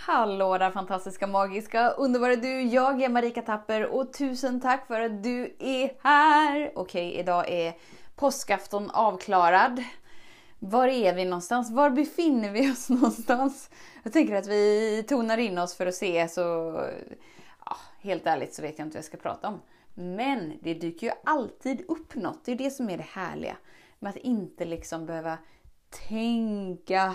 Hallå där fantastiska, magiska, underbara du. Jag är Marika Tapper och tusen tack för att du är här. Okej, idag är påskafton avklarad. Var är vi någonstans? Var befinner vi oss någonstans? Jag tänker att vi tonar in oss för att se, så helt ärligt så vet jag inte vad jag ska prata om. Men det dyker ju alltid upp något. Det är det som är det härliga. Med att inte liksom behöva tänka.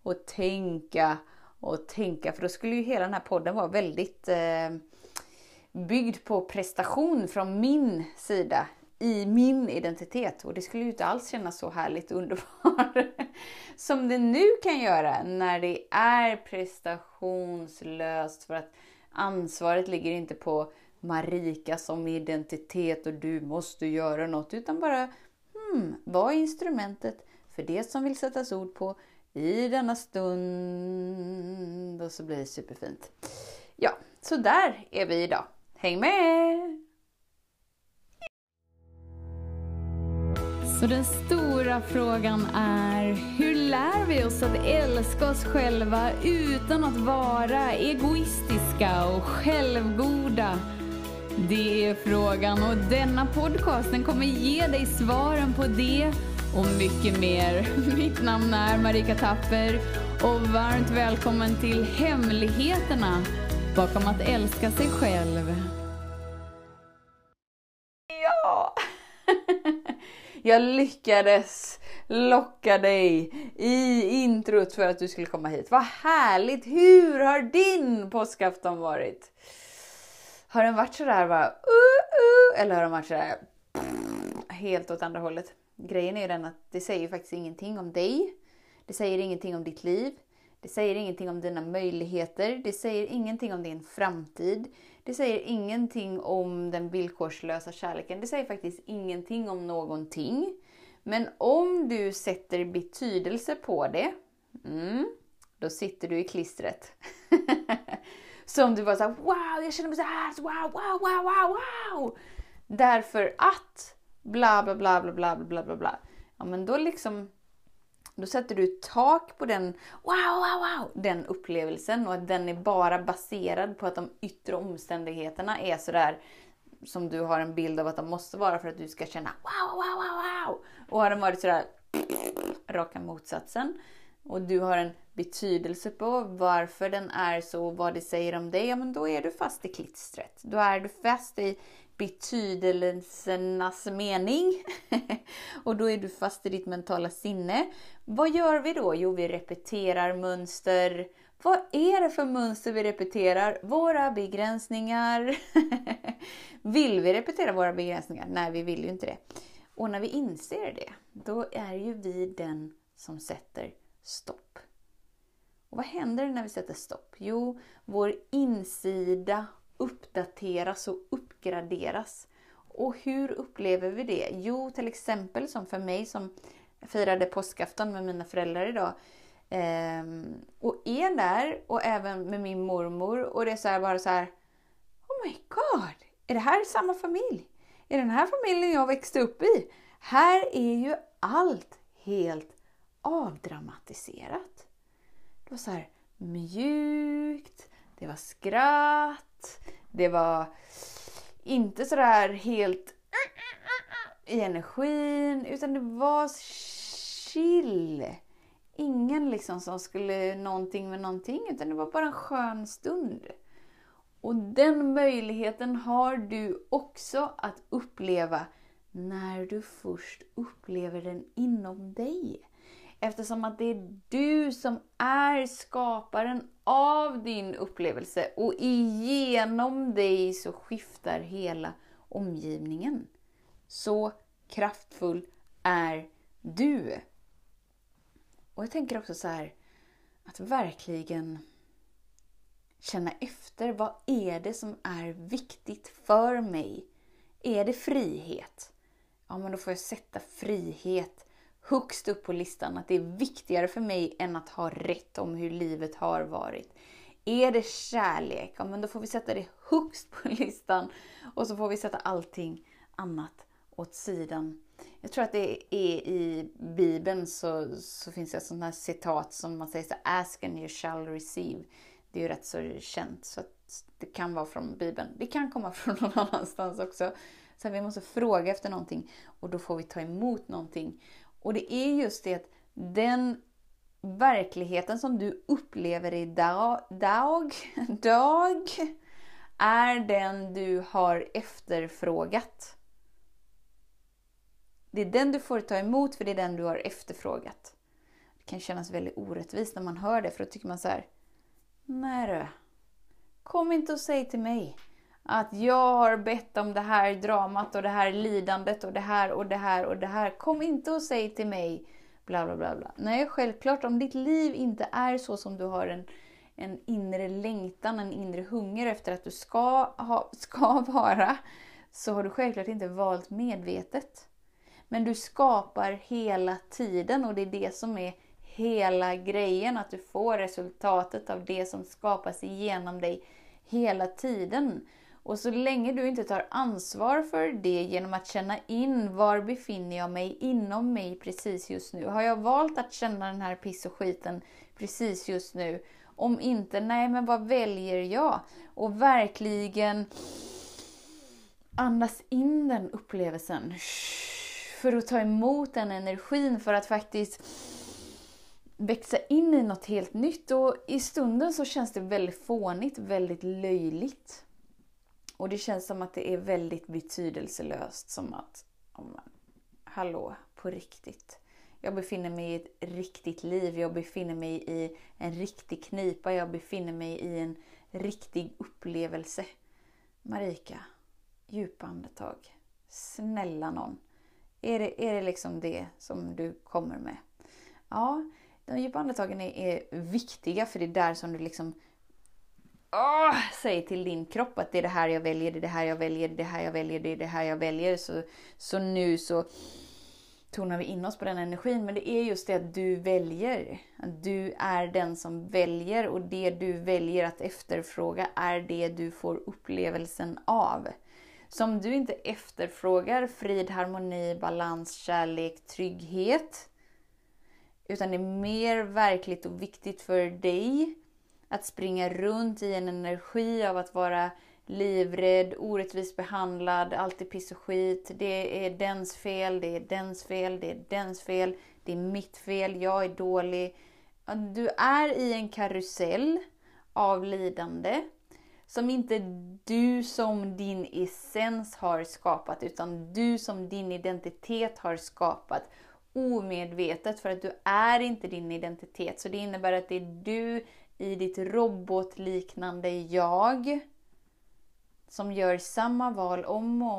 För då skulle ju hela den här podden vara väldigt byggd på prestation från min sida. I min identitet. Och det skulle ju inte alls kännas så härligt och underbart. Som det nu kan göra när det är prestationslöst. För att ansvaret ligger inte på Marika som identitet och du måste göra något. Utan bara vad är instrumentet för det som vill sättas ord på i denna stund. Och så blir det superfint. Ja, så där är vi idag. Häng med! Så den stora frågan är, hur lär vi oss att älska oss själva utan att vara egoistiska och självgoda? Det är frågan, och denna podcasten kommer ge dig svaren på det och mycket mer. Mitt namn är Marika Tapper och varmt välkommen till hemligheterna bakom att älska sig själv. Ja! Jag lyckades locka dig i introt för att du skulle komma hit. Vad härligt! Hur har din påskafton varit? Har den varit sådär bara eller har den varit sådär helt åt andra hållet? Grejen är ju den att det säger faktiskt ingenting om dig. Det säger ingenting om ditt liv. Det säger ingenting om dina möjligheter. Det säger ingenting om din framtid. Det säger ingenting om den villkorslösa kärleken. Det säger faktiskt ingenting om någonting. Men om du sätter betydelse på det, då sitter du i klistret. Som du bara såhär, wow, jag känner mig så här, wow. Därför att bla bla bla bla bla bla bla bla. Ja, men då sätter du tak på den den upplevelsen, och att den är bara baserad på att de yttre omständigheterna är sådär som du har en bild av att de måste vara för att du ska känna wow. Och har den varit sådär raka motsatsen och du har en betydelse på varför den är så, vad det säger om dig, ja men då är du fast i klistret. Då är du fast i betydelsernas mening. Och då är du fast i ditt mentala sinne. Vad gör vi då? Jo, vi repeterar mönster. Vad är det för mönster vi repeterar? Våra begränsningar. Vill vi repetera våra begränsningar? Nej, vi vill ju inte det. Och när vi inser det, då är ju vi den som sätter stopp. Och vad händer när vi sätter stopp? Jo, vår insida uppdateras och uppgraderas. Och hur upplever vi det? Jo, till exempel som för mig som firade påskafton med mina föräldrar idag. Och är där, och även med min mormor. Och det är så här, bara så här, oh my god, är det här samma familj? Är den här familjen jag växte upp i? Här är ju allt helt avdramatiserat. Det var så här mjukt, det var skratt, det var inte så där helt i energin, utan det var chill. Ingen liksom som skulle någonting med någonting, utan det var bara en skön stund. Och den möjligheten har du också att uppleva när du först upplever den inom dig. Eftersom att det är du som är skaparen av din upplevelse. Och igenom dig så skiftar hela omgivningen. Så kraftfull är du. Och jag tänker också så här, att verkligen känna efter. Vad är det som är viktigt för mig? Är det frihet? Ja, men då får jag sätta frihet högst upp på listan, att det är viktigare för mig än att ha rätt om hur livet har varit. Är det kärlek? Ja, men då får vi sätta det högst på listan, och så får vi sätta allting annat åt sidan. Jag tror att det är i Bibeln så finns det ett sånt här citat som man säger så: ask and you shall receive. Det är ju rätt så känt, så att det kan vara från Bibeln. Det kan komma från någon annanstans också. Så vi måste fråga efter någonting och då får vi ta emot någonting. Och det är just det att den verkligheten som du upplever dag är den du har efterfrågat. Det är den du får ta emot, för det är den du har efterfrågat. Det kan kännas väldigt orättvist när man hör det, för då tycker man så här: nej då, kom inte och säg till mig att jag har bett om det här dramat och det här lidandet och det här och det här och det här. Kom inte och säg till mig bla bla bla bla. Nej, självklart, om ditt liv inte är så som du har en inre längtan, en inre hunger efter att du ska vara, så har du självklart inte valt medvetet. Men du skapar hela tiden, och det är det som är hela grejen, att du får resultatet av det som skapas igenom dig hela tiden. Och så länge du inte tar ansvar för det genom att känna in, var befinner jag mig inom mig precis just nu? Har jag valt att känna den här piss och skiten precis just nu? Om inte, nej, men vad väljer jag? Och verkligen andas in den upplevelsen. För att ta emot den energin, för att faktiskt växa in i något helt nytt. Och i stunden så känns det väldigt fånigt, väldigt löjligt. Och det känns som att det är väldigt betydelselöst. Som att, hallå, på riktigt. Jag befinner mig i ett riktigt liv. Jag befinner mig i en riktig knipa. Jag befinner mig i en riktig upplevelse. Marika, djupa andetag. Snälla någon. Är det liksom det som du kommer med? Ja, de djupa andetagen är viktiga, för det är där som du liksom säger till din kropp att det är det här jag väljer, det är det här jag väljer, det är det här jag väljer, det är det här jag väljer. Så nu så tonar vi in oss på den energin. Men det är just det att du väljer. Att du är den som väljer, och det du väljer att efterfråga är det du får upplevelsen av. Så om du inte efterfrågar frid, harmoni, balans, kärlek, trygghet, utan det är mer verkligt och viktigt för dig att springa runt i en energi av att vara livrädd, orättvist behandlad, alltid piss och skit. Det är dens fel, det är dens fel, det är dens fel, det är mitt fel, jag är dålig. Du är i en karusell av lidande som inte du som din essens har skapat, utan du som din identitet har skapat omedvetet, för att du är inte din identitet. Så det innebär att det är du i ditt robotliknande jag som gör samma val om och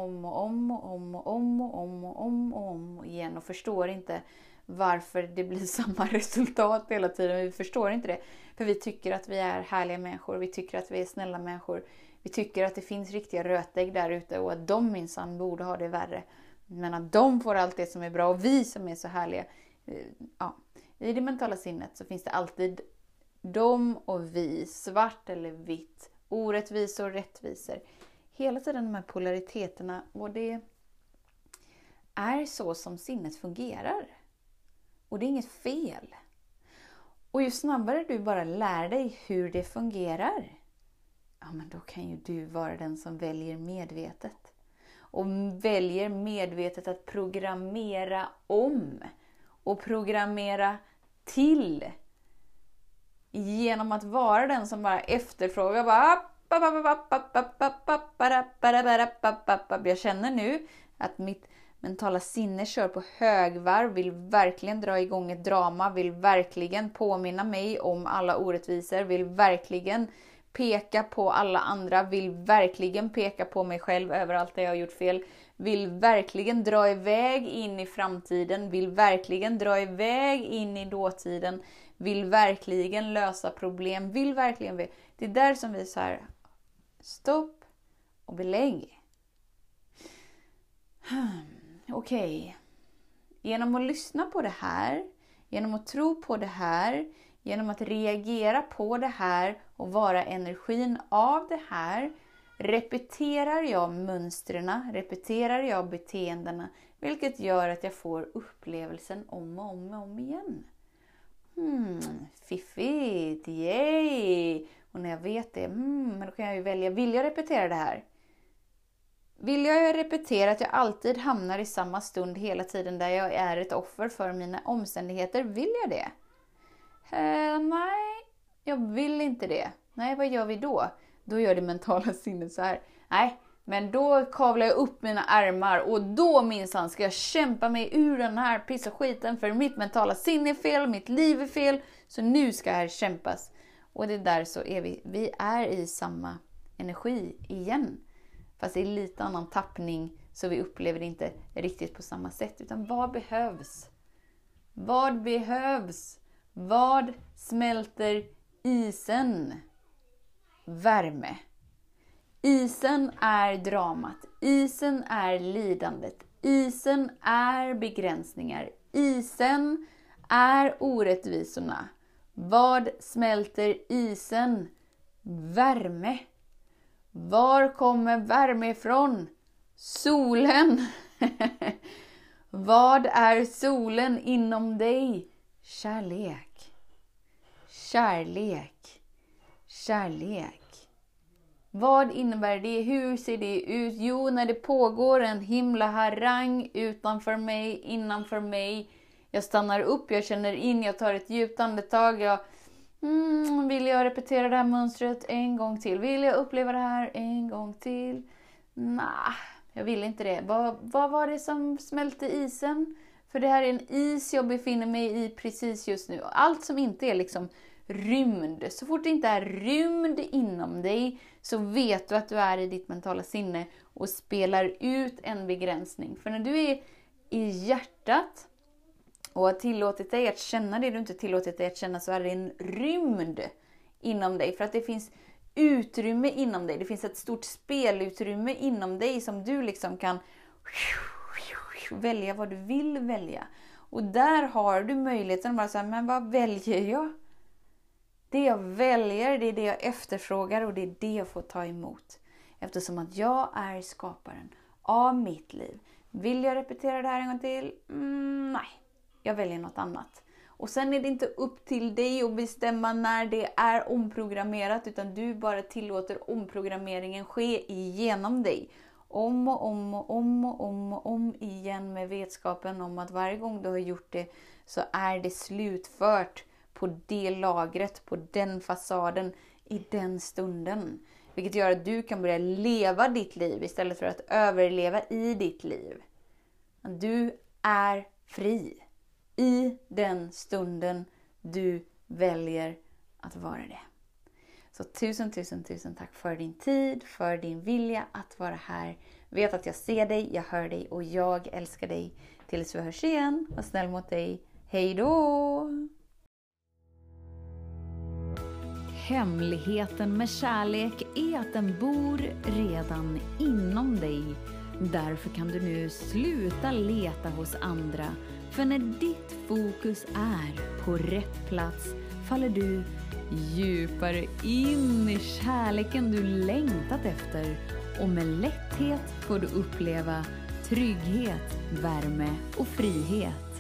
om igen, och förstår inte varför det blir samma resultat hela tiden. Vi förstår inte det, för vi tycker att vi är härliga människor, vi tycker att vi är snälla människor, vi tycker att det finns riktiga rötägg där ute och att de minsann borde ha det värre, men att de får allt det som är bra och vi som är så härliga. Ja, i det mentala sinnet så finns det alltid de och vi, svart eller vitt, orättvisor och rättvisor. Hela tiden de här polariteterna, och det är så som sinnet fungerar. Och det är inget fel. Och ju snabbare du bara lär dig hur det fungerar, ja, men då kan ju du vara den som väljer medvetet. Och väljer medvetet att programmera om och programmera till. Genom att vara den som bara efterfrågar. Jag känner nu att mitt mentala sinne kör på högvarv. Vill verkligen dra igång ett drama. Vill verkligen påminna mig om alla orättvisor. Vill verkligen peka på alla andra. Vill verkligen peka på mig själv över allt det jag har gjort fel. Vill verkligen dra iväg in i framtiden. Vill verkligen dra iväg in i dåtiden. Vill verkligen lösa problem. Vill verkligen. Det är där som vi så här, stopp och belägg. Okej. Genom att lyssna på det här, genom att tro på det här, genom att reagera på det här och vara energin av det här, repeterar jag mönstren, repeterar jag beteendena, vilket gör att jag får upplevelsen om och om och om igen. Fiffigt, yay! Och när jag vet det. Men då kan jag ju välja. Vill jag repetera det här? Vill jag repetera att jag alltid hamnar i samma stund hela tiden där jag är ett offer för mina omständigheter? Vill jag det? Nej, jag vill inte det. Nej, vad gör vi då? Då gör det mentala sinnet så här. Nej, men då kavlar jag upp mina armar och då minsann ska jag kämpa mig ur den här piss och skiten, för mitt mentala sinne är fel, mitt liv är fel, så nu ska här kämpas. Och det där så är vi är i samma energi igen. Fast i lite annan tappning, så vi upplever det inte riktigt på samma sätt. Utan vad behövs? Vad behövs? Vad smälter isen? Värme. Isen är dramat. Isen är lidandet. Isen är begränsningar. Isen är orättvisorna. Vad smälter isen? Värme. Var kommer värme ifrån? Solen. Vad är solen inom dig? Kärlek. Kärlek. Kärlek. Vad innebär det? Hur ser det ut? Jo, när det pågår en himla harang utanför mig, innanför mig. Jag stannar upp, jag känner in, jag tar ett djupt andetag. Vill jag repetera det här mönstret en gång till? Vill jag uppleva det här en gång till? Nej, jag vill inte det. Vad var det som smälte isen? För det här är en is jag befinner mig i precis just nu. Allt som inte är liksom rymd. Så fort det inte är rymd inom dig, så vet du att du är i ditt mentala sinne och spelar ut en begränsning. För när du är i hjärtat och har tillåtit dig att känna det du inte tillåtit dig att känna, så är det en rymd inom dig. För att det finns utrymme inom dig. Det finns ett stort spelutrymme inom dig som du liksom kan välja vad du vill välja. Och där har du möjligheten att bara säga, men vad väljer jag? Det jag väljer, det är det jag efterfrågar och det är det jag får ta emot. Eftersom att jag är skaparen av mitt liv. Vill jag repetera det här en gång till? Nej, jag väljer något annat. Och sen är det inte upp till dig att bestämma när det är omprogrammerat, utan du bara tillåter omprogrammeringen ske igenom dig. Om och om och om och om och om igen, med vetskapen om att varje gång du har gjort det så är det slutfört på det lagret, på den fasaden, i den stunden. Vilket gör att du kan börja leva ditt liv istället för att överleva i ditt liv. Du är fri i den stunden du väljer att vara det. Så tusen tack för din tid, för din vilja att vara här. Vet att jag ser dig, jag hör dig och jag älskar dig. Tills vi hörs igen, var snäll mot dig. Hej då! Hemligheten med kärlek är att den bor redan inom dig. Därför kan du nu sluta leta hos andra. För när ditt fokus är på rätt plats faller du djupare in i kärleken du längtat efter. Och med lätthet får du uppleva trygghet, värme och frihet.